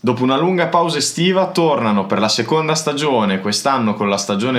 Dopo una lunga pausa estiva tornano per la seconda stagione, quest'anno con la stagione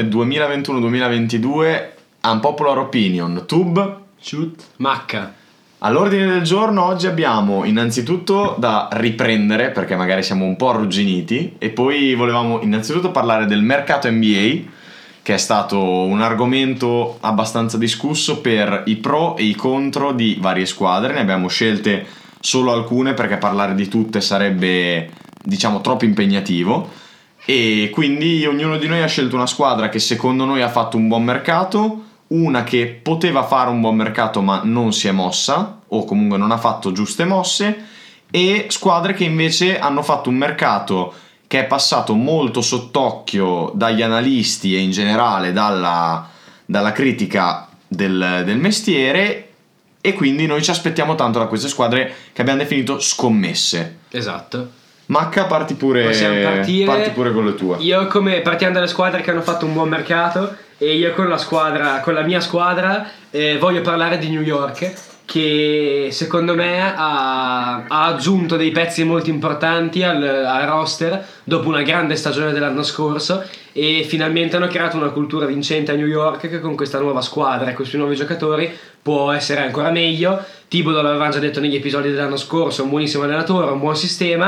2021-2022, Unpopular Opinion, Tub, Shoot, Macca. All'ordine del giorno oggi abbiamo innanzitutto da riprendere, perché magari siamo un po' arrugginiti, e poi volevamo innanzitutto parlare del mercato NBA, che è stato un argomento abbastanza discusso per i pro e i contro di varie squadre. Ne abbiamo scelte solo alcune perché parlare di tutte sarebbe, diciamo, troppo impegnativo, e quindi ognuno di noi ha scelto una squadra che secondo noi ha fatto un buon mercato, una che poteva fare un buon mercato ma non si è mossa o comunque non ha fatto giuste mosse, e squadre che invece hanno fatto un mercato che è passato molto sott'occhio dagli analisti e in generale dalla critica del mestiere, e quindi noi ci aspettiamo tanto da queste squadre che abbiamo definito scommesse. Esatto. Macca, parti pure con le tue. Io, come partiamo dalle squadre che hanno fatto un buon mercato, e io con la mia squadra voglio parlare di New York, che secondo me ha aggiunto dei pezzi molto importanti al roster dopo una grande stagione dell'anno scorso, e finalmente hanno creato una cultura vincente a New York che con questa nuova squadra e questi nuovi giocatori può essere ancora meglio. Thibodeau, l'avevamo già detto negli episodi dell'anno scorso, un buonissimo allenatore, un buon sistema,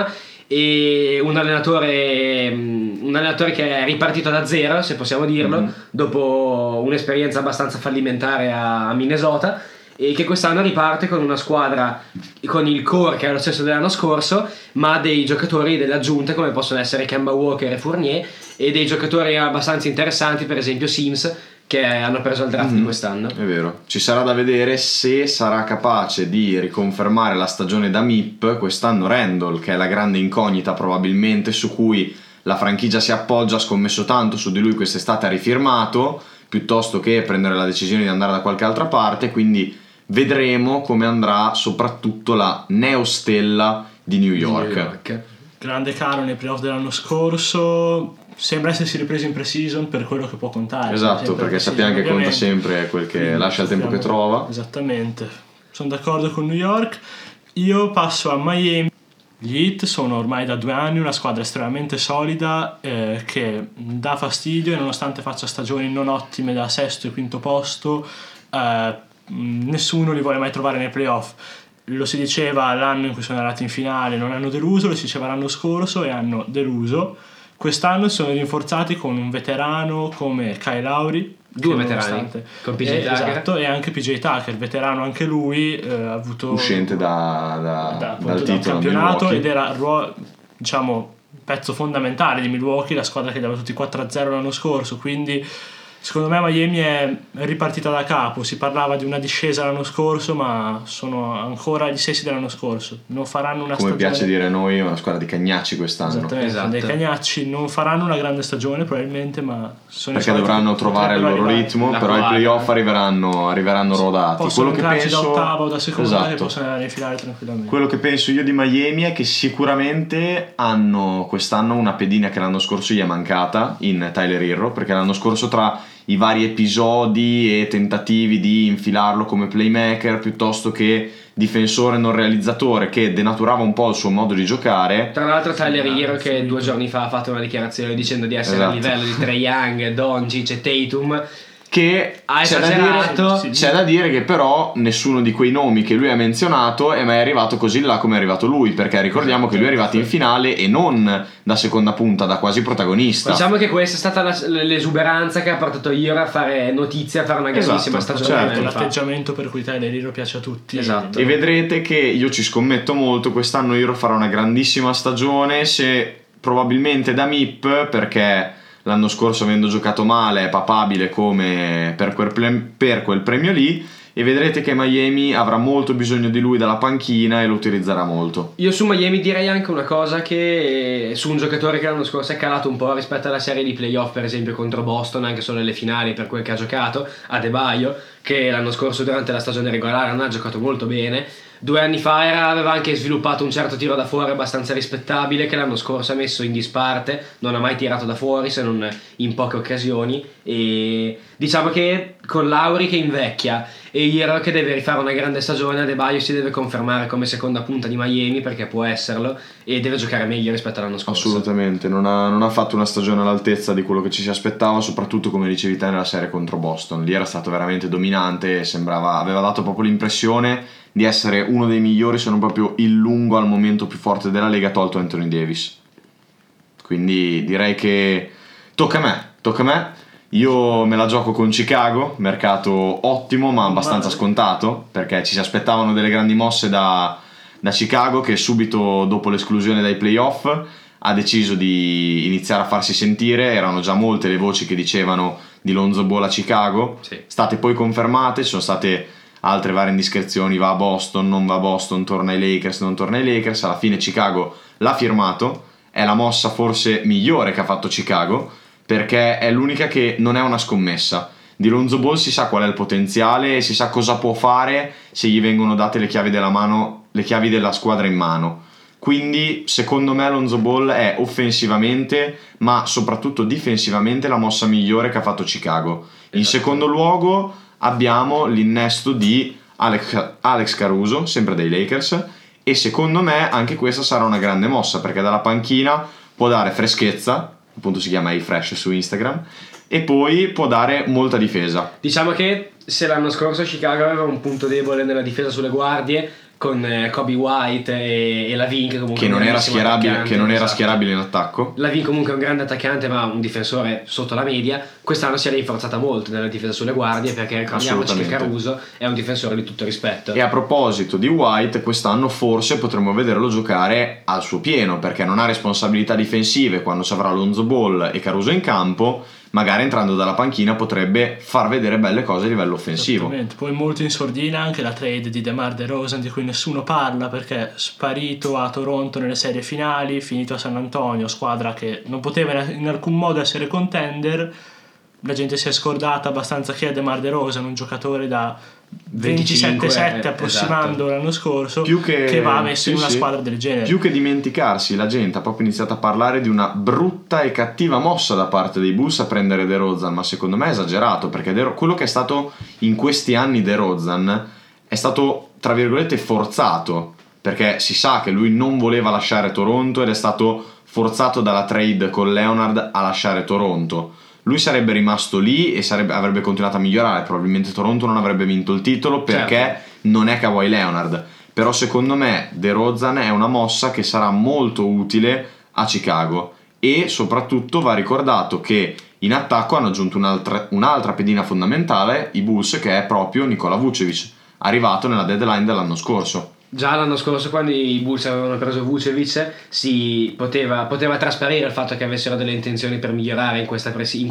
e un allenatore che è ripartito da zero, se possiamo dirlo, dopo un'esperienza abbastanza fallimentare a Minnesota, e che quest'anno riparte con una squadra con il core che è lo stesso dell'anno scorso, ma dei giocatori delle aggiunte come possono essere Kemba Walker e Fournier, e dei giocatori abbastanza interessanti, per esempio Sims, che hanno preso il draft di quest'anno. È vero, ci sarà da vedere se sarà capace di riconfermare la stagione da MIP quest'anno Randall, che è la grande incognita probabilmente su cui la franchigia si appoggia. Ha scommesso tanto su di lui quest'estate, ha rifirmato piuttosto che prendere la decisione di andare da qualche altra parte, quindi vedremo come andrà soprattutto la neostella di New York. grande caro nei playoff dell'anno scorso, sembra essersi ripreso in pre-season per quello che può contare. Esatto, perché sappiamo che conta sempre quel che lascia il tempo che trova. Esattamente, sono d'accordo con New York. Io passo a Miami. Gli Heat sono ormai da 2 anni una squadra estremamente solida, che dà fastidio, e nonostante faccia stagioni non ottime da sesto e quinto posto, nessuno li vuole mai trovare nei playoff. Lo si diceva l'anno in cui sono andati in finale, non hanno deluso, lo si diceva l'anno scorso e hanno deluso. Quest'anno sono rinforzati con un veterano come Kyle Lowry, 2 veterani con PJ Tucker. Esatto, e anche PJ Tucker, veterano anche lui, ha avuto uscente dal titolo campionato, ed era diciamo pezzo fondamentale di Milwaukee, la squadra che dava tutti 4-0 l'anno scorso. Quindi secondo me Miami è ripartita da capo. Si parlava di una discesa l'anno scorso, ma sono ancora gli stessi dell'anno scorso. Non faranno una come stagione, piace dire noi, una squadra di cagnacci quest'anno. Esattamente, esatto. Dei cagnacci. Non faranno una grande stagione probabilmente, ma sono perché dovranno trovare il loro ritmo, però i playoff arriveranno rodati. Possono Quello che penso da ottava o da seconda, esatto, che possono andare in finale tranquillamente. Quello che penso io di Miami è che sicuramente hanno quest'anno una pedina che l'anno scorso gli è mancata in Tyler Herro, perché l'anno scorso tra i vari episodi e tentativi di infilarlo come playmaker piuttosto che difensore non realizzatore, che denaturava un po' il suo modo di giocare. Tra l'altro Tyler Herro, che 2 giorni fa ha fatto una dichiarazione dicendo di essere a livello di Trae Young, Doncic e Tatum, che ha esagerato. C'è da dire che però nessuno di quei nomi che lui ha menzionato è mai arrivato così là come è arrivato lui, perché ricordiamo che lui è arrivato in finale e non da seconda punta, da quasi protagonista. Diciamo che questa è stata l'esuberanza che ha portato Herro a fare notizia, a fare una grandissima stagione. Certo. L'atteggiamento per cui Tyler Herro piace a tutti. Esatto. E vedrete che io ci scommetto molto, quest'anno Herro farà una grandissima stagione, se probabilmente da MIP, perché l'anno scorso, avendo giocato male, è papabile come per quel premio lì, e vedrete che Miami avrà molto bisogno di lui dalla panchina e lo utilizzerà molto. Io su Miami direi anche una cosa, che su un giocatore che l'anno scorso è calato un po' rispetto alla serie di playoff, per esempio contro Boston, anche solo nelle finali per quel che ha giocato, Adebayo, che l'anno scorso durante la stagione regolare non ha giocato molto bene. 2 anni fa aveva anche sviluppato un certo tiro da fuori abbastanza rispettabile, che l'anno scorso ha messo in disparte, non ha mai tirato da fuori se non in poche occasioni, e diciamo che con Lowry che invecchia e io dirò che deve rifare una grande stagione. Adebayo si deve confermare come seconda punta di Miami, perché può esserlo, e deve giocare meglio rispetto all'anno scorso. Assolutamente, non ha fatto una stagione all'altezza di quello che ci si aspettava, soprattutto come dicevi te nella serie contro Boston. Lì era stato veramente dominante e aveva dato proprio l'impressione di essere uno dei migliori, se non proprio il lungo al momento più forte della Lega, tolto Anthony Davis. Quindi direi che tocca a me. Io me la gioco con Chicago, mercato ottimo ma abbastanza scontato, perché ci si aspettavano delle grandi mosse da Chicago, che subito dopo l'esclusione dai playoff ha deciso di iniziare a farsi sentire. Erano già molte le voci che dicevano di Lonzo Ball a Chicago, Sì. State poi confermate, ci sono state altre varie indiscrezioni, va a Boston, non va a Boston, torna ai Lakers, non torna ai Lakers. Alla fine Chicago l'ha firmato, è la mossa forse migliore che ha fatto Chicago, perché è l'unica che non è una scommessa. Di Lonzo Ball si sa qual è il potenziale e si sa cosa può fare se gli vengono date le chiavi della squadra in mano. Quindi secondo me Lonzo Ball è offensivamente ma soprattutto difensivamente la mossa migliore che ha fatto Chicago. In secondo luogo abbiamo l'innesto di Alex Caruso, sempre dei Lakers, e secondo me anche questa sarà una grande mossa, perché dalla panchina può dare freschezza, appunto si chiama A-Fresh su Instagram, e poi può dare molta difesa. Diciamo che se l'anno scorso Chicago aveva un punto debole nella difesa sulle guardie con Kobe White e Lavin, che comunque Che non era esatto, schierabile in attacco. Lavin comunque è un grande attaccante ma un difensore sotto la media. Quest'anno si è rinforzata molto nella difesa sulle guardie, perché ricordiamoci che Caruso è un difensore di tutto rispetto. E a proposito di White, quest'anno forse potremmo vederlo giocare al suo pieno, perché non ha responsabilità difensive quando ci avrà Lonzo Ball e Caruso in campo. Magari entrando dalla panchina potrebbe far vedere belle cose a livello offensivo. Poi molto in sordina anche la trade di DeMar DeRozan, di cui nessuno parla, perché sparito a Toronto nelle serie finali, finito a San Antonio, squadra che non poteva in alcun modo essere contender. La gente si è scordata abbastanza che è DeMar DeRozan, un giocatore da 27-7 approssimando, esatto, l'anno scorso, che va messo in una squadra del genere. Più che dimenticarsi, la gente ha proprio iniziato a parlare di una brutta e cattiva mossa da parte dei Bulls a prendere DeRozan, ma secondo me è esagerato, perché quello che è stato in questi anni DeRozan è stato tra virgolette forzato, perché si sa che lui non voleva lasciare Toronto ed è stato forzato dalla trade con Leonard a lasciare Toronto. Lui sarebbe rimasto lì e avrebbe continuato a migliorare. Probabilmente Toronto non avrebbe vinto il titolo, perché certo, non è Kawhi Leonard. Però secondo me DeRozan è una mossa che sarà molto utile a Chicago, e soprattutto va ricordato che in attacco hanno aggiunto un'altra pedina fondamentale, i Bulls, che è proprio Nikola Vucevic, arrivato nella deadline dell'anno scorso. Già l'anno scorso, quando i Bulls avevano preso Vucevic, si poteva trasparire il fatto che avessero delle intenzioni per migliorare in questa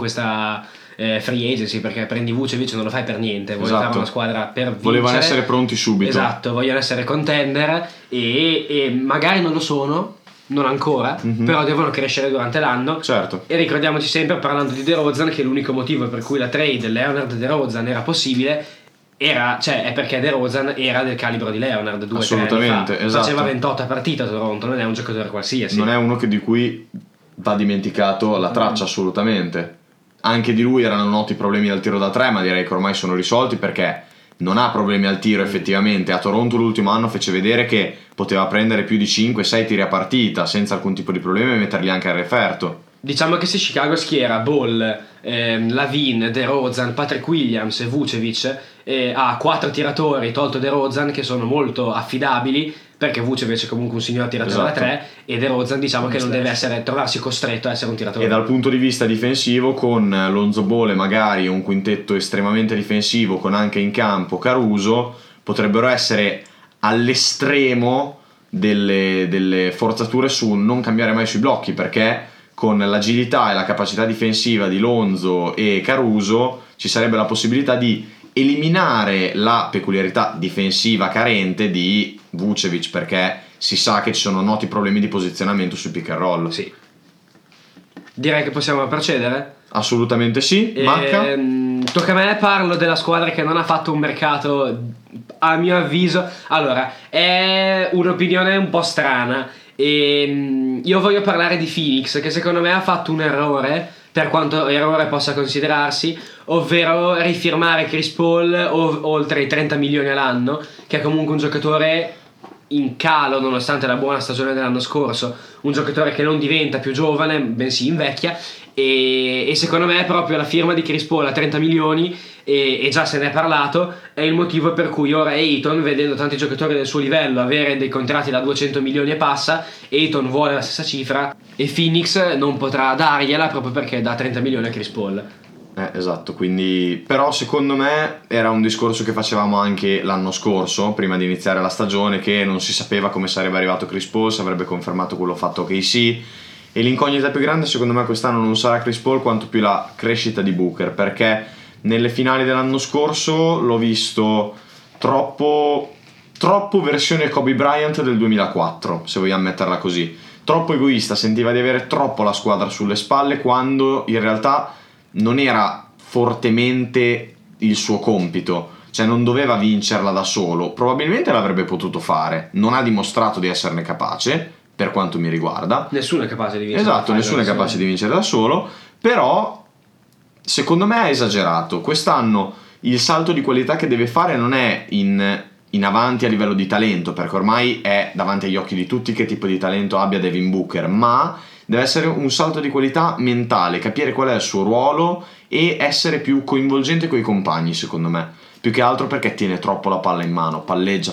free agency, perché prendi Vucevic non lo fai per niente, vuoi fare una squadra per vincere. Volevano essere pronti subito. Esatto, vogliono essere contender e magari non lo sono, non ancora, però devono crescere durante l'anno. Certo. E ricordiamoci sempre, parlando di DeRozan, che l'unico motivo per cui la trade Leonard-DeRozan era possibile è perché DeRozan era del calibro di Leonard 2-3 assolutamente, anni fa. esatto. Faceva 28 partite a Toronto, non è un giocatore qualsiasi. Non è uno di cui va dimenticato la traccia, assolutamente. Anche di lui erano noti problemi al tiro da 3, ma direi che ormai sono risolti, perché non ha problemi al tiro effettivamente. A Toronto l'ultimo anno fece vedere che poteva prendere più di 5-6 tiri a partita senza alcun tipo di problema e metterli anche al referto. Diciamo che se Chicago schiera Ball, Lavin, DeRozan, Patrick Williams e Vucevic, ha 4 tiratori tolto DeRozan che sono molto affidabili, perché Vucevic è comunque un signor tiratore da 3 e DeRozan diciamo che non deve trovarsi costretto a essere un tiratore. E dal punto di vista difensivo, con Lonzo Ball e magari un quintetto estremamente difensivo con anche in campo Caruso, potrebbero essere all'estremo delle forzature su non cambiare mai sui blocchi, perché con l'agilità e la capacità difensiva di Lonzo e Caruso ci sarebbe la possibilità di eliminare la peculiarità difensiva carente di Vucevic, perché si sa che ci sono noti problemi di posizionamento sul pick and roll. Sì. Direi che possiamo procedere? Assolutamente sì. Manca? Tocca a me, parlo della squadra che non ha fatto un mercato, a mio avviso. Allora, è un'opinione un po' strana, e io voglio parlare di Phoenix, che secondo me ha fatto un errore per quanto errore possa considerarsi, ovvero rifirmare Chris Paul oltre i 30 milioni all'anno, che è comunque un giocatore in calo nonostante la buona stagione dell'anno scorso, un giocatore che non diventa più giovane bensì invecchia, e secondo me proprio la firma di Chris Paul a 30 milioni, e già se ne è parlato, è il motivo per cui ora Ayton, vedendo tanti giocatori del suo livello avere dei contratti da 200 milioni e passa, Ayton vuole la stessa cifra e Phoenix non potrà dargliela proprio perché dà 30 milioni a Chris Paul. Esatto, quindi però secondo me era un discorso che facevamo anche l'anno scorso, prima di iniziare la stagione, che non si sapeva come sarebbe arrivato Chris Paul, se avrebbe confermato quello fatto KC, e l'incognita più grande secondo me quest'anno non sarà Chris Paul quanto più la crescita di Booker, perché nelle finali dell'anno scorso l'ho visto troppo versione Kobe Bryant del 2004, se vogliamo metterla così, troppo egoista, sentiva di avere troppo la squadra sulle spalle quando in realtà non era fortemente il suo compito, cioè non doveva vincerla da solo, probabilmente l'avrebbe potuto fare, non ha dimostrato di esserne capace per quanto mi riguarda. Nessuno è capace di vincere. Esatto, nessuno è capace di vincere da solo, però secondo me ha esagerato. Quest'anno il salto di qualità che deve fare non è in avanti a livello di talento, perché ormai è davanti agli occhi di tutti che tipo di talento abbia Devin Booker, ma deve essere un salto di qualità mentale, capire qual è il suo ruolo e essere più coinvolgente coi compagni, secondo me, più che altro perché tiene troppo la palla in mano, palleggia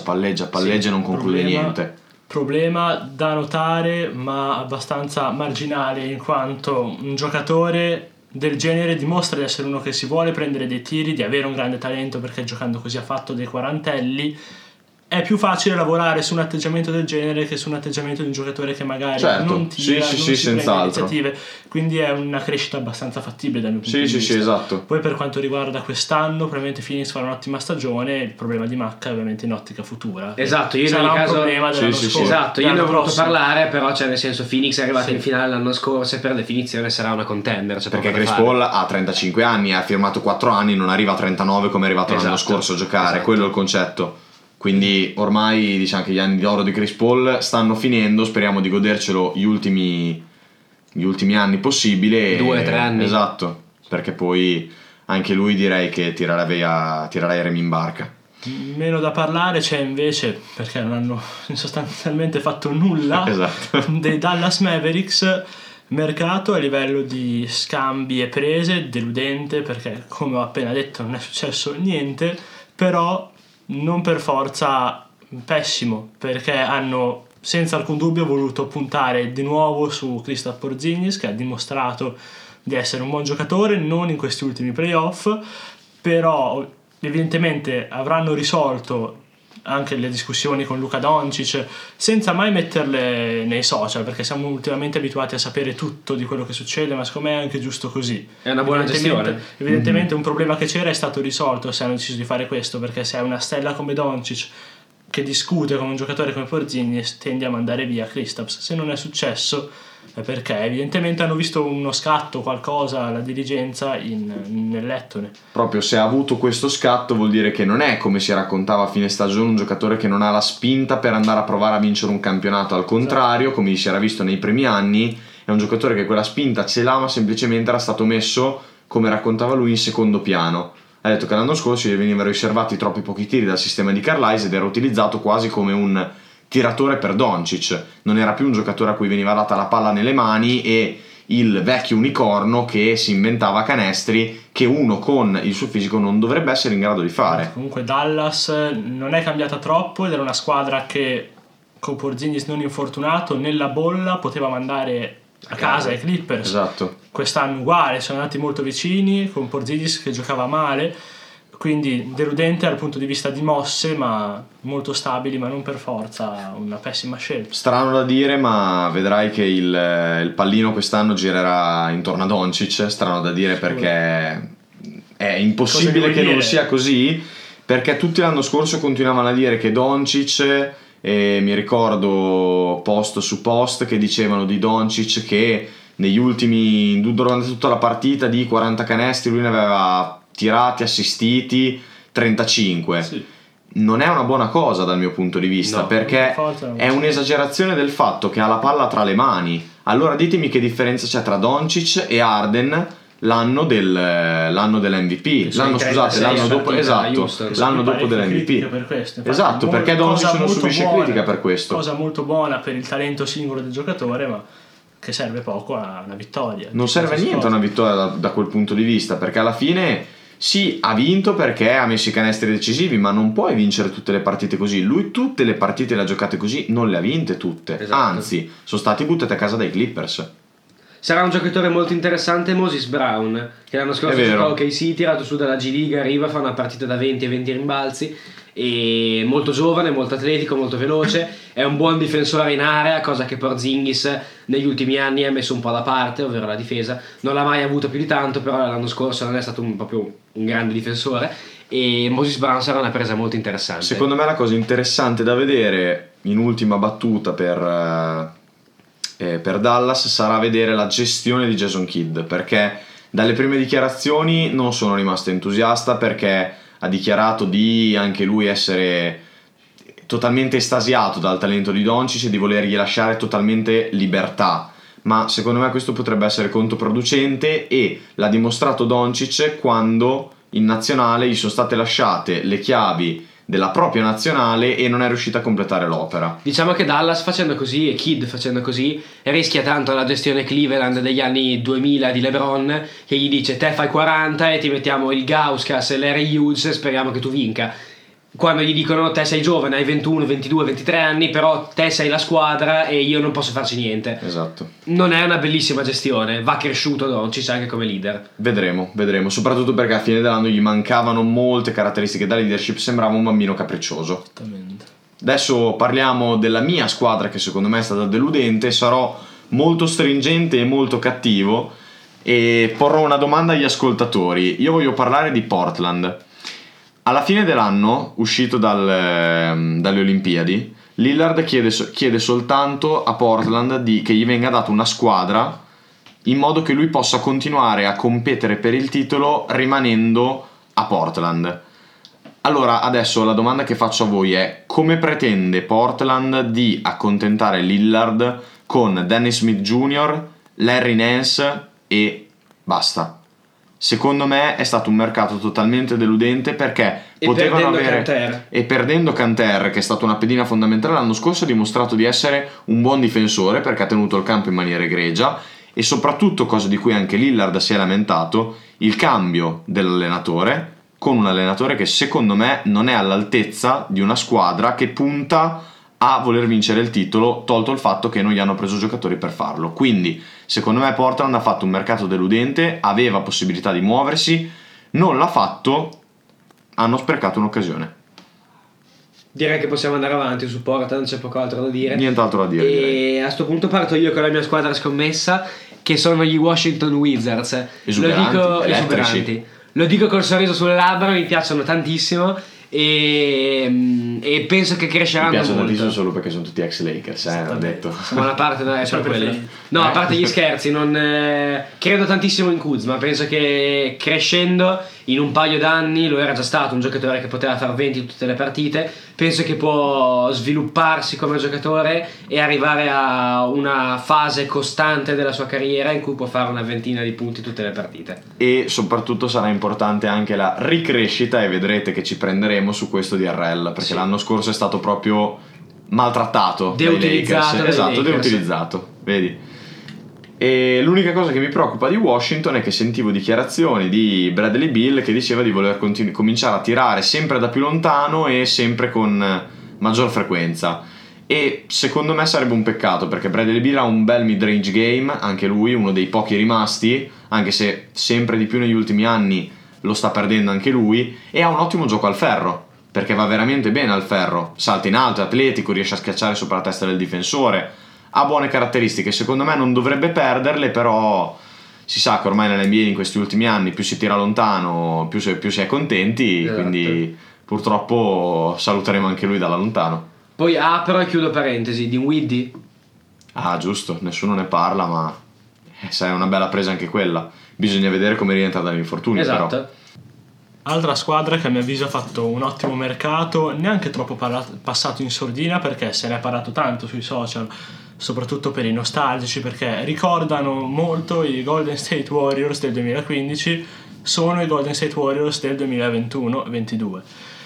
e non conclude niente. Problema da notare, ma abbastanza marginale, in quanto un giocatore del genere dimostra di essere uno che si vuole prendere dei tiri, di avere un grande talento, perché giocando così ha fatto dei quarantelli. È più facile lavorare su un atteggiamento del genere che su un atteggiamento di un giocatore che magari non tira, non si prende iniziative, quindi è una crescita abbastanza fattibile dal mio punto di vista. Sì, esatto. Poi per quanto riguarda quest'anno, probabilmente Phoenix farà un'ottima stagione, il problema di Macca è ovviamente in ottica futura. Esatto, io in sarà ogni caso, un problema dell'anno scorso. Esatto, io ne ho voluto prossimo parlare, però cioè nel senso Phoenix è arrivato in finale l'anno scorso e per definizione sarà una contender, cioè perché Chris Paul ha 35 anni, ha firmato 4 anni, non arriva a 39 come è arrivato l'anno scorso a giocare, quello è il concetto. Quindi ormai diciamo che gli anni d'oro di Chris Paul stanno finendo, speriamo di godercelo gli ultimi anni possibile. 2 o 3 anni. Esatto, perché poi anche lui direi che tirerà i remi in barca. Meno da parlare c'è invece, perché non hanno sostanzialmente fatto nulla, esatto, dei Dallas Mavericks. Mercato a livello di scambi e prese deludente, perché come ho appena detto non è successo niente, però non per forza pessimo, perché hanno senza alcun dubbio voluto puntare di nuovo su Kristaps Porzingis, che ha dimostrato di essere un buon giocatore, non in questi ultimi playoff, però evidentemente avranno risolto anche le discussioni con Luka Doncic senza mai metterle nei social, perché siamo ultimamente abituati a sapere tutto di quello che succede, ma secondo me è anche giusto così. È una buona gestione. Evidentemente un problema che c'era è stato risolto se hanno deciso di fare questo, perché se hai una stella come Doncic che discute con un giocatore come Porzingis tendi a mandare via Kristaps. Se non è successo è perché evidentemente hanno visto uno scatto, qualcosa, la dirigenza nell'Ettone. Proprio se ha avuto questo scatto vuol dire che non è, come si raccontava a fine stagione, un giocatore che non ha la spinta per andare a provare a vincere un campionato, al contrario, come si era visto nei primi anni, è un giocatore che quella spinta ce l'ha, ma semplicemente era stato messo, come raccontava lui, in secondo piano. Ha detto che l'anno scorso gli venivano riservati troppi pochi tiri dal sistema di Carlisle ed era utilizzato quasi come un tiratore per Doncic, non era più un giocatore a cui veniva data la palla nelle mani e il vecchio unicorno che si inventava canestri che uno con il suo fisico non dovrebbe essere in grado di fare. Comunque Dallas non è cambiata troppo ed era una squadra che con Porzingis non infortunato nella bolla poteva mandare a casa i Clippers. Esatto. Quest'anno uguale, sono andati molto vicini con Porzingis che giocava male, quindi deludente dal punto di vista di mosse, ma molto stabili, ma non per forza una pessima scelta. Strano da dire, ma vedrai che il pallino quest'anno girerà intorno a Doncic. Strano da dire perché è impossibile che non sia così, perché tutti l'anno scorso continuavano a dire che Doncic, e mi ricordo post su post che dicevano di Doncic che negli ultimi, durante tutta la partita, di 40 canestri lui ne aveva tirati, assistiti 35. Sì. Non è una buona cosa dal mio punto di vista, no, perché è un'esagerazione del fatto che ha la palla tra le mani, Allora ditemi che differenza c'è tra Doncic e Harden l'anno dell'MVP, l'anno dopo, esatto, l'anno dopo dell'MVP. Per questo. Infatti, esatto, perché Doncic non subisce critica per questo. Cosa molto buona per il talento singolo del giocatore, ma che serve poco a una vittoria. Non serve niente a una vittoria da quel punto di vista, perché alla fine sì, ha vinto perché ha messo i canestri decisivi, ma non puoi vincere tutte le partite così. Lui tutte le partite le ha giocate così, non le ha vinte tutte. Esatto. Anzi, sono stati buttati a casa dai Clippers. Sarà un giocatore molto interessante Moses Brown, che l'anno scorso giocò OKC, tirato su dalla G League, arriva, fa una partita da 20 e 20 rimbalzi, e molto giovane, molto atletico, molto veloce, è un buon difensore in area, cosa che Porzingis negli ultimi anni ha messo un po' da parte, ovvero la difesa. Non l'ha mai avuto più di tanto, però l'anno scorso non è stato proprio un grande difensore, e Moses Brown sarà una presa molto interessante. Secondo me la cosa interessante da vedere in ultima battuta per Dallas sarà vedere la gestione di Jason Kidd, perché dalle prime dichiarazioni non sono rimasto entusiasta, perché ha dichiarato di anche lui essere totalmente estasiato dal talento di Doncic e di volergli lasciare totalmente libertà, ma secondo me questo potrebbe essere controproducente, e l'ha dimostrato Doncic quando in nazionale gli sono state lasciate le chiavi della propria nazionale e non è riuscita a completare l'opera. Diciamo che Dallas facendo così e Kidd facendo così rischia tanto la gestione Cleveland degli anni 2000 di LeBron, che gli dice te fai 40 e ti mettiamo il Gauskas e Larry Hughes e speriamo che tu vinca, quando gli dicono te sei giovane, hai 21, 22, 23 anni, però te sei la squadra e io non posso farci niente. Esatto. Non è una bellissima gestione, va cresciuto Doncic anche come leader. Vedremo, soprattutto perché a fine dell'anno gli mancavano molte caratteristiche da leadership, sembrava un bambino capriccioso. Esattamente. Adesso parliamo della mia squadra, che secondo me è stata deludente. Sarò molto stringente e molto cattivo e porrò una domanda agli ascoltatori. Io voglio parlare di Portland. Alla fine dell'anno, uscito dalle Olimpiadi, Lillard chiede soltanto a Portland che gli venga data una squadra in modo che lui possa continuare a competere per il titolo rimanendo a Portland. Allora, adesso la domanda che faccio a voi è: come pretende Portland di accontentare Lillard con Dennis Smith Jr., Larry Nance e basta? Secondo me è stato un mercato totalmente deludente, perché potevano avere Canter. E perdendo Canter, che è stato una pedina fondamentale l'anno scorso, ha dimostrato di essere un buon difensore perché ha tenuto il campo in maniera egregia, e soprattutto, cosa di cui anche Lillard si è lamentato, il cambio dell'allenatore, con un allenatore che secondo me non è all'altezza di una squadra che punta a voler vincere il titolo, tolto il fatto che non gli hanno preso giocatori per farlo. Quindi secondo me Portland ha fatto un mercato deludente, aveva possibilità di muoversi, non l'ha fatto, hanno sprecato un'occasione. Direi che possiamo andare avanti su Portland, c'è poco altro da dire. Nient'altro da dire. E direi. a sto punto parto io con la mia squadra scommessa, che sono gli Washington Wizards. Esuberanti. Lo dico col sorriso sulle labbra, mi piacciono tantissimo e penso che cresceranno molto. Mi piacciono tantissimo solo perché sono tutti ex Lakers, ho detto. Ma una parte è per quello. No, a parte gli scherzi, non credo tantissimo in Kuzma, penso che crescendo in un paio d'anni, lo era già stato un giocatore che poteva far 20 in tutte le partite, penso che può svilupparsi come giocatore e arrivare a una fase costante della sua carriera in cui può fare una ventina di punti tutte le partite. E soprattutto sarà importante anche la ricrescita, e vedrete che ci prenderemo su questo di RL, perché l'anno scorso è stato proprio maltrattato dai Lakers. Esatto, deutilizzato, vedi. E l'unica cosa che mi preoccupa di Washington è che sentivo dichiarazioni di Bradley Beal che diceva di voler cominciare a tirare sempre da più lontano e sempre con maggior frequenza, e secondo me sarebbe un peccato, perché Bradley Beal ha un bel mid-range game, anche lui uno dei pochi rimasti, anche se sempre di più negli ultimi anni lo sta perdendo anche lui, e ha un ottimo gioco al ferro, perché va veramente bene al ferro, salta in alto, è atletico, riesce a schiacciare sopra la testa del difensore, ha buone caratteristiche, secondo me non dovrebbe perderle, però si sa che ormai nell'NBA in questi ultimi anni più si tira lontano più si è contenti, esatto. Quindi purtroppo saluteremo anche lui dalla lontano. Poi però chiudo parentesi, Dinwiddie. Ah giusto, nessuno ne parla, ma sai, è una bella presa anche quella, bisogna vedere come rientra dall'infortunio. Esatto. Però altra squadra che a mio avviso ha fatto un ottimo mercato, neanche troppo passato in sordina, perché se ne è parlato tanto sui social, soprattutto per i nostalgici, perché ricordano molto i Golden State Warriors del 2015, sono i Golden State Warriors del 2021-22.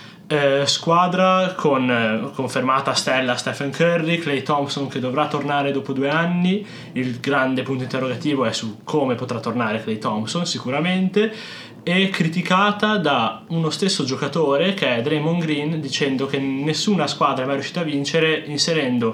Squadra con confermata stella Stephen Curry, Klay Thompson che dovrà tornare dopo 2 anni. Il grande punto interrogativo è su come potrà tornare Klay Thompson, sicuramente, e criticata da uno stesso giocatore che è Draymond Green, dicendo che nessuna squadra è mai riuscita a vincere inserendo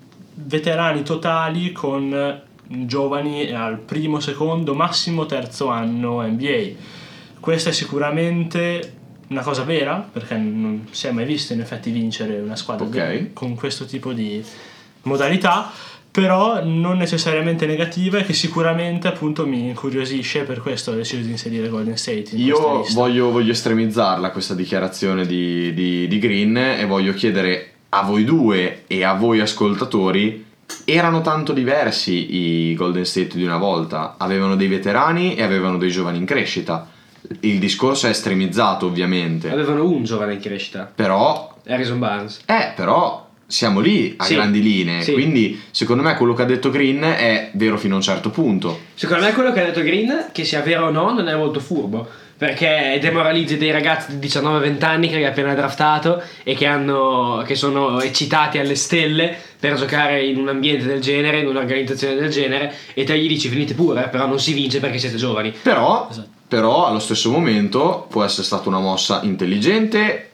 veterani totali con giovani al primo, secondo, massimo terzo anno NBA. Questa è sicuramente una cosa vera, perché non si è mai visto in effetti vincere una squadra con questo tipo di modalità, però non necessariamente negativa, e che sicuramente appunto mi incuriosisce. Per questo ho deciso di inserire Golden State in questa lista. Voglio estremizzarla questa dichiarazione di Green, e voglio chiedere a voi due e a voi ascoltatori: erano tanto diversi i Golden State di una volta? Avevano dei veterani e avevano dei giovani in crescita. Il discorso è estremizzato, ovviamente. Avevano un giovane in crescita, però Harrison Barnes. Però siamo lì a grandi linee, quindi secondo me quello che ha detto Green è vero fino a un certo punto. Secondo me quello che ha detto Green, che sia vero o no, non è molto furbo, perché demoralizzi dei ragazzi di 19-20 anni che hai appena draftato e che sono eccitati alle stelle per giocare in un ambiente del genere, in un'organizzazione del genere, e te gli dici venite pure, però non si vince perché siete giovani. Però allo stesso momento può essere stata una mossa intelligente,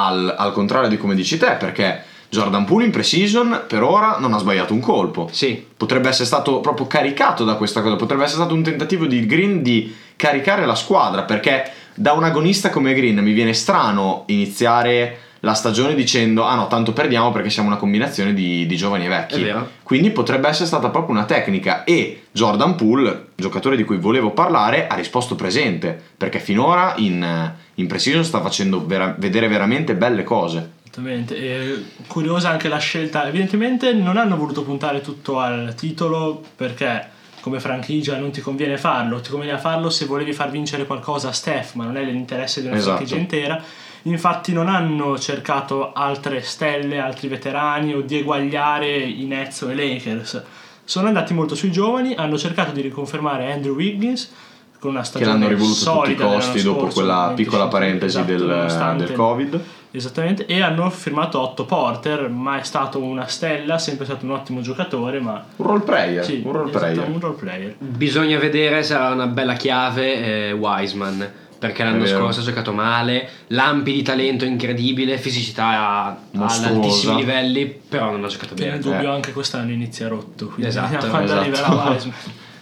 al contrario di come dici te, perché Jordan Poole in pre-season per ora non ha sbagliato un colpo. Sì. Potrebbe essere stato proprio caricato da questa cosa, potrebbe essere stato un tentativo di Green di caricare la squadra, perché da un agonista come Green mi viene strano iniziare la stagione dicendo no, tanto perdiamo perché siamo una combinazione di giovani e vecchi. È vero. Quindi potrebbe essere stata proprio una tecnica, e Jordan Poole, giocatore di cui volevo parlare, ha risposto presente, perché finora in pre-season sta facendo vedere veramente belle cose. Esattamente. E curiosa anche la scelta. Evidentemente non hanno voluto puntare tutto al titolo, perché come franchigia non ti conviene farlo. Ti conviene farlo se volevi far vincere qualcosa a Steph, ma non è l'interesse di una franchigia intera. Infatti non hanno cercato altre stelle, altri veterani, o di eguagliare i Nets o i Lakers. Sono andati molto sui giovani, hanno cercato di riconfermare Andrew Wiggins con una stagione che l'hanno rivoluto a tutti i costi dopo quella piccola parentesi del Covid. Esattamente, e hanno firmato Otto Porter, mai stato una stella, sempre stato un ottimo giocatore, ma un role player. Un role player. Bisogna vedere, sarà una bella chiave Wiseman, perché l'anno scorso ha giocato male, lampi di talento incredibile, fisicità ad altissimi livelli, però non ha giocato bene. Nel dubbio anche quest'anno inizia rotto, quindi quando arriverà Wiseman.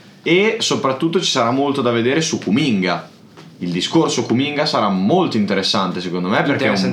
E soprattutto ci sarà molto da vedere su Kuminga. Il discorso Kuminga sarà molto interessante secondo me, perché è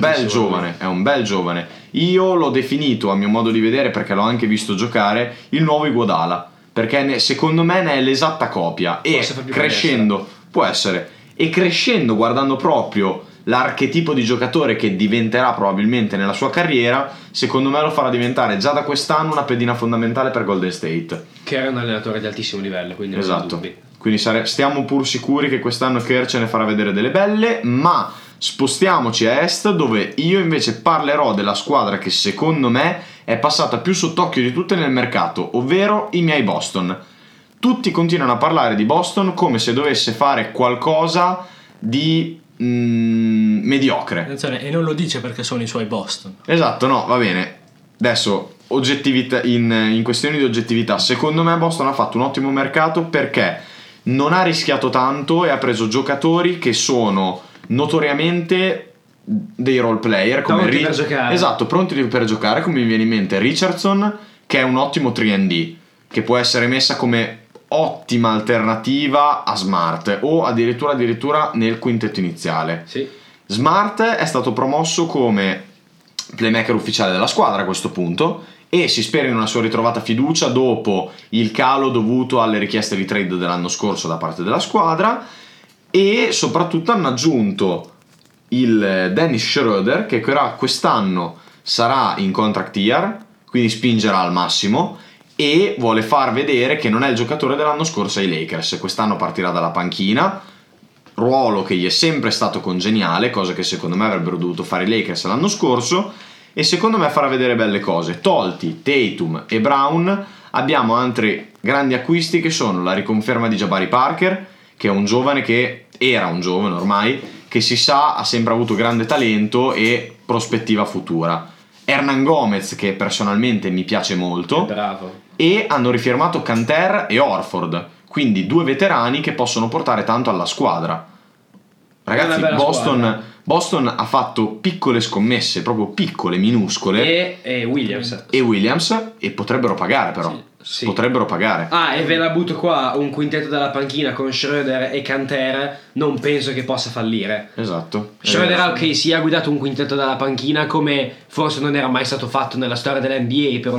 un bel giovane. Io l'ho definito, a mio modo di vedere, perché l'ho anche visto giocare, il nuovo Iguodala, perché secondo me ne è l'esatta copia, e crescendo può essere, e crescendo guardando proprio l'archetipo di giocatore che diventerà probabilmente nella sua carriera, secondo me lo farà diventare già da quest'anno una pedina fondamentale per Golden State, che è un allenatore di altissimo livello, quindi non ho dubbi. Quindi stiamo pur sicuri che quest'anno Kerr ce ne farà vedere delle belle, ma spostiamoci a est, dove io invece parlerò della squadra che secondo me è passata più sott'occhio di tutte nel mercato, ovvero i miei Boston. Tutti continuano a parlare di Boston come se dovesse fare qualcosa di mediocre. Attenzione, e non lo dice perché sono i suoi Boston. Esatto, no, va bene. Adesso oggettività, in questioni di oggettività, secondo me Boston ha fatto un ottimo mercato perché non ha rischiato tanto e ha preso giocatori che sono notoriamente dei role player, pronti per giocare. Esatto, pronti per giocare, come mi viene in mente Richardson, che è un ottimo 3&D, che può essere messa come ottima alternativa a Smart, o addirittura nel quintetto iniziale. Sì. Smart è stato promosso come playmaker ufficiale della squadra a questo punto, e si spera in una sua ritrovata fiducia dopo il calo dovuto alle richieste di trade dell'anno scorso da parte della squadra. E soprattutto hanno aggiunto il Dennis Schroeder, che quest'anno sarà in contract year, quindi spingerà al massimo, e vuole far vedere che non è il giocatore dell'anno scorso ai Lakers. Quest'anno partirà dalla panchina, ruolo che gli è sempre stato congeniale, cosa che secondo me avrebbero dovuto fare i Lakers l'anno scorso, e secondo me farà vedere belle cose. Tolti Tatum e Brown, Abbiamo altri grandi acquisti che sono la riconferma di Jabari Parker, che è un giovane che era un giovane ormai, che si sa ha sempre avuto grande talento e prospettiva futura. Hernan Gomez, che personalmente mi piace molto, Bravo. e hanno rifirmato Kanter e Horford, quindi 2 veterani che possono portare tanto alla squadra. Ragazzi, Una bella squadra. Boston ha fatto piccole scommesse, proprio piccole, minuscole, E Williams. e Williams, e potrebbero pagare però. Sì. Potrebbero pagare. E ve la butto qua, un quintetto dalla panchina con Schroeder e Kanter, non penso che possa fallire. Esatto. Schroeder ha guidato un quintetto dalla panchina come forse non era mai stato fatto nella storia dell'NBA per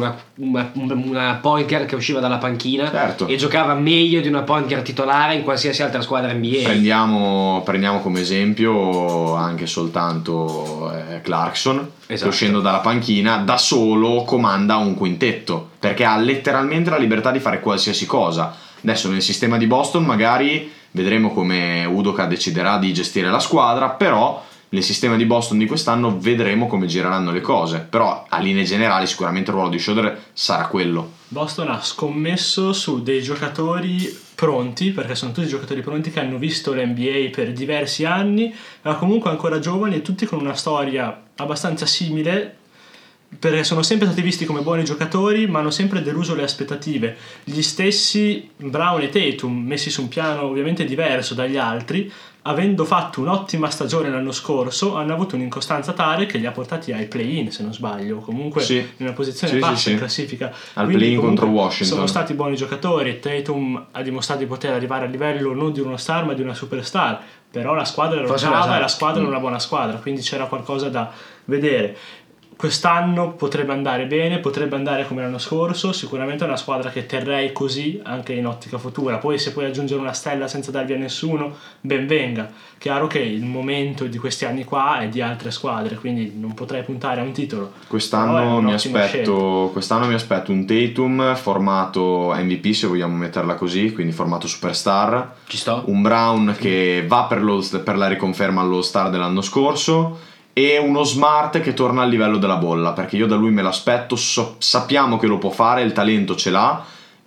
una point guard che usciva dalla panchina, Certo. e giocava meglio di una point guard titolare in qualsiasi altra squadra NBA. Prendiamo come esempio anche soltanto Clarkson, che Esatto. uscendo dalla panchina da solo comanda un quintetto, perché ha letteralmente la libertà di fare qualsiasi cosa. Adesso nel sistema di Boston magari vedremo come Udoka deciderà di gestire la squadra, però nel sistema di Boston di quest'anno vedremo come gireranno le cose. Però a linee generali sicuramente il ruolo di Schroeder sarà quello. Boston ha scommesso su dei giocatori pronti, perché sono tutti giocatori pronti che hanno visto l'NBA per diversi anni, ma comunque ancora giovani e tutti con una storia abbastanza simile, perché sono sempre stati visti come buoni giocatori ma hanno sempre deluso le aspettative. Gli stessi Brown e Tatum, messi su un piano ovviamente diverso dagli altri, avendo fatto un'ottima stagione l'anno scorso, hanno avuto un'incostanza tale che li ha portati ai play-in, se non sbaglio, comunque Sì. in una posizione Sì, bassa sì, in sì. classifica. Al Quindi play-in comunque contro Washington. sono stati buoni giocatori. Tatum ha dimostrato di poter arrivare a livello non di uno star ma di una superstar, però la squadra era Forse rotava era e la squadra era una buona squadra, quindi c'era qualcosa da vedere. Quest'anno potrebbe andare bene, potrebbe andare come l'anno scorso, sicuramente è una squadra che terrei così anche in ottica futura. Poi se puoi aggiungere una stella senza darvi a nessuno, ben venga. Chiaro che il momento di questi anni qua è di altre squadre, quindi non potrei puntare a un titolo. Però è Quest'anno mi un'ottima scelta. aspetto un Tatum formato MVP, se vogliamo metterla così, quindi formato superstar, Ci sto? un Brown che va per la riconferma all'All-Star dell'anno scorso, e uno Smart che torna al livello della bolla, perché io da lui me l'aspetto, sappiamo che lo può fare, il talento ce l'ha,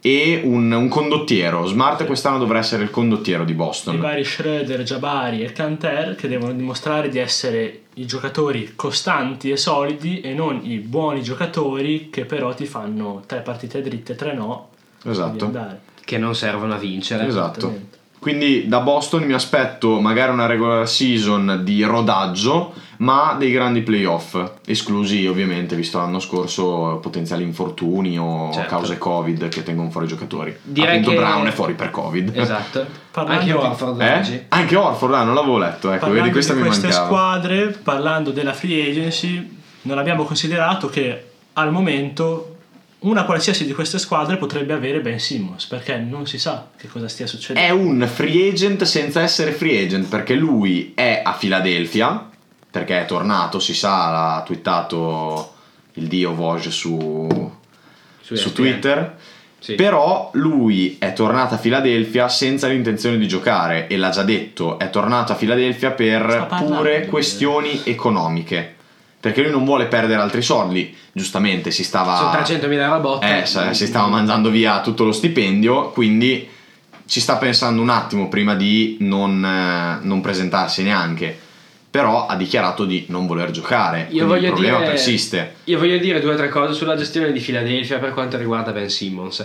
e un condottiero. Smart quest'anno dovrà essere il condottiero di I Boston. vari Schroeder, Jabari e Kanter che devono dimostrare di essere i giocatori costanti e solidi e non i buoni giocatori che però ti fanno 3 partite dritte, 3 no. Esatto. Devi andare. Che non servono a vincere. Esatto. Esattamente. Quindi da Boston mi aspetto magari una regular season di rodaggio, ma dei grandi playoff, esclusi ovviamente, visto l'anno scorso, potenziali infortuni o Certo. cause Covid che tengono fuori i giocatori. Direi Appunto che- Brown è fuori per Covid. Esatto. Parlando Anche di- Horford oggi. Anche Horford, non l'avevo letto, ecco, Parlando vedi, questa di mi queste mancava. squadre, parlando della free agency, non abbiamo considerato che al momento una qualsiasi di queste squadre potrebbe avere Ben Simmons, perché non si sa che cosa stia succedendo. È un free agent senza essere free agent, perché lui è a Philadelphia, perché è tornato, si sa, l'ha twittato il dio Woj su ESPN. Twitter. Sì. Però lui è tornato a Philadelphia senza l'intenzione di giocare, e l'ha già detto, è tornato a Philadelphia Sta per parlando pure di- questioni economiche, perché lui non vuole perdere altri soldi. Giustamente si stava Sono 300.000 euro a botta. si stava mangiando via tutto lo stipendio, quindi ci sta pensando un attimo prima di non presentarsi neanche. Però ha dichiarato di non voler giocare, quindi il problema persiste. Io voglio dire 2 o 3 cose sulla gestione di Philadelphia per quanto riguarda Ben Simmons.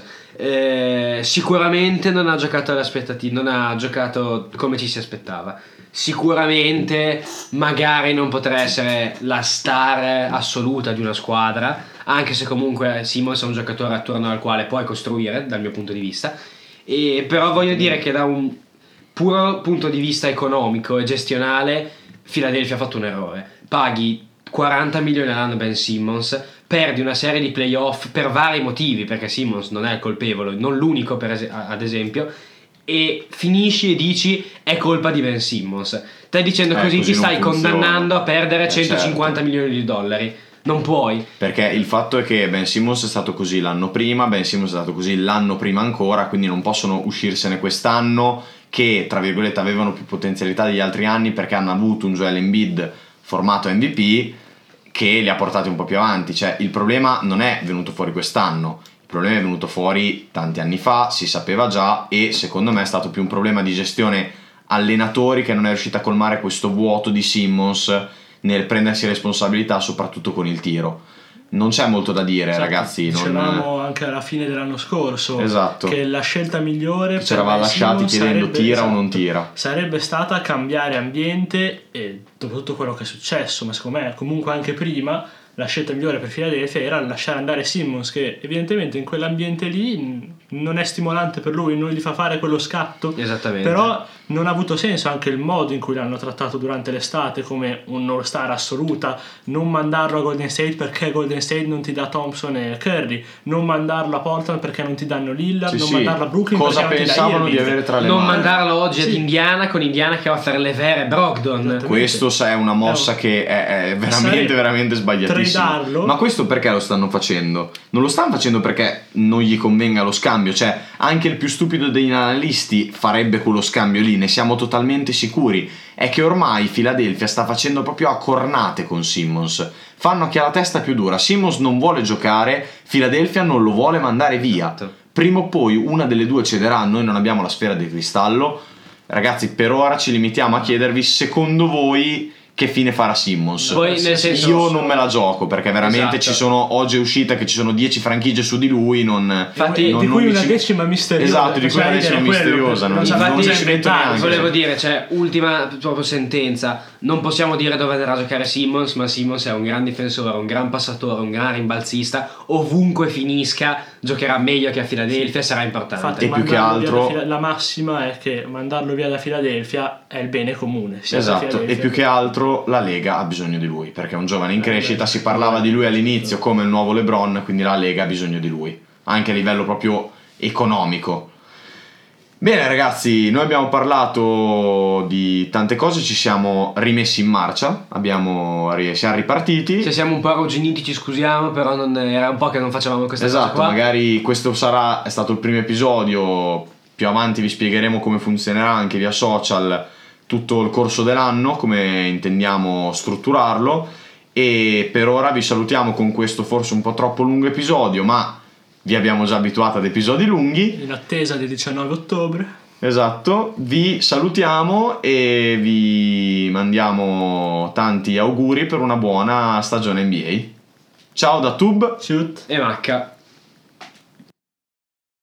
Sicuramente non ha giocato alle aspettative, non ha giocato come ci si aspettava. Sicuramente magari non potrà essere la star assoluta di una squadra, anche se comunque Simmons è un giocatore attorno al quale puoi costruire dal mio punto di vista. Però voglio dire che da un puro punto di vista economico e gestionale Philadelphia ha fatto un errore. Paghi 40 milioni all'anno Ben Simmons, perdi una serie di playoff per vari motivi, perché Simmons non è il colpevole, non l'unico ad esempio, e finisci e dici è colpa di Ben Simmons. Stai dicendo così così ti non stai funziona. condannando a perdere Certo. 150 milioni di dollari. Non puoi. Perché il fatto è che Ben Simmons è stato così l'anno prima, Ben Simmons è stato così l'anno prima ancora, quindi non possono uscirsene quest'anno, che tra virgolette avevano più potenzialità degli altri anni, perché hanno avuto un Joel Embiid formato MVP che li ha portati un po' più avanti. Cioè il problema non è venuto fuori quest'anno, Il problema è venuto fuori tanti anni fa, si sapeva già, e secondo me è stato più un problema di gestione allenatori che non è riuscita a colmare questo vuoto di Simmons nel prendersi responsabilità soprattutto con il tiro. Non c'è molto da dire, Esatto, ragazzi. Dicevamo anche alla fine dell'anno scorso, Esatto, che la scelta migliore ci eravamo lasciati Simmons chiedendo sarebbe, tira o non tira. sarebbe stata cambiare ambiente, e dopo tutto quello che è successo, ma secondo me comunque anche prima la scelta migliore per Philadelphia era lasciare andare Simmons, che evidentemente in quell'ambiente lì non è stimolante per lui, non gli fa fare quello scatto. Esattamente. Però non ha avuto senso anche il modo in cui l'hanno trattato durante l'estate come un all-star assoluta, non mandarlo a Golden State perché Golden State non ti dà Thompson e Curry, non mandarlo a Portland perché non ti danno Lillard, Sì, non sì. mandarlo a Brooklyn Cosa perché non pensavano ti di dà avere Irving. tra le Non mani? mandarlo oggi ad Sì. Indiana, con Indiana che offre le vere Brogdon. Esattamente. Questo è una mossa che è veramente Sarebbe veramente sbagliatissima. tradarlo. Ma questo perché lo stanno facendo? Non lo stanno facendo perché non gli convenga lo scambio, cioè anche il più stupido degli analisti farebbe quello scambio lì, ne siamo totalmente sicuri. È che ormai Philadelphia sta facendo proprio a cornate con Simmons, fanno chi ha la testa più dura. Simmons non vuole giocare, Philadelphia non lo vuole mandare via. Esatto. Prima o poi una delle due cederà, noi non abbiamo la sfera di cristallo. Ragazzi, per ora ci limitiamo a chiedervi, secondo voi che fine farà Simmons? Poi, nel senso, Io non me la gioco, perché veramente Esatto. ci sono, oggi è uscita che ci sono 10 franchigie su di lui, Infatti, di cui una ci- decima misteriosa. Esatto, di cui una decima misteriosa, non sa Infatti, cosa inventare. neanche. volevo dire, cioè, ultima proprio sentenza, non possiamo dire dove andrà a giocare Simmons, ma Simmons è un gran difensore, un gran passatore, un gran rimbalzista, ovunque finisca giocherà meglio che a Philadelphia, sarà importante. Infatti, E più che mandarlo via altro- da la massima è che mandarlo via da Philadelphia è il bene comune. sia per Esatto, e Philadelphia più che altro la Lega ha bisogno di lui, perché è un giovane in crescita, si parlava di lui all'inizio come il nuovo LeBron, quindi la Lega ha bisogno di lui, anche a livello proprio economico. Bene ragazzi, noi abbiamo parlato di tante cose, ci siamo rimessi in marcia, siamo ripartiti. Se siamo un po' arrugginiti ci scusiamo, però era un po' che non facevamo questa cosa Esatto, qua. magari questo è stato il primo episodio, più avanti vi spiegheremo come funzionerà anche via social tutto il corso dell'anno, come intendiamo strutturarlo, e per ora vi salutiamo con questo forse un po' troppo lungo episodio, ma vi abbiamo già abituato ad episodi lunghi. in attesa del 19 ottobre. Esatto, vi salutiamo e vi mandiamo tanti auguri per una buona stagione NBA. Ciao da Tub. Shoot. E Macca.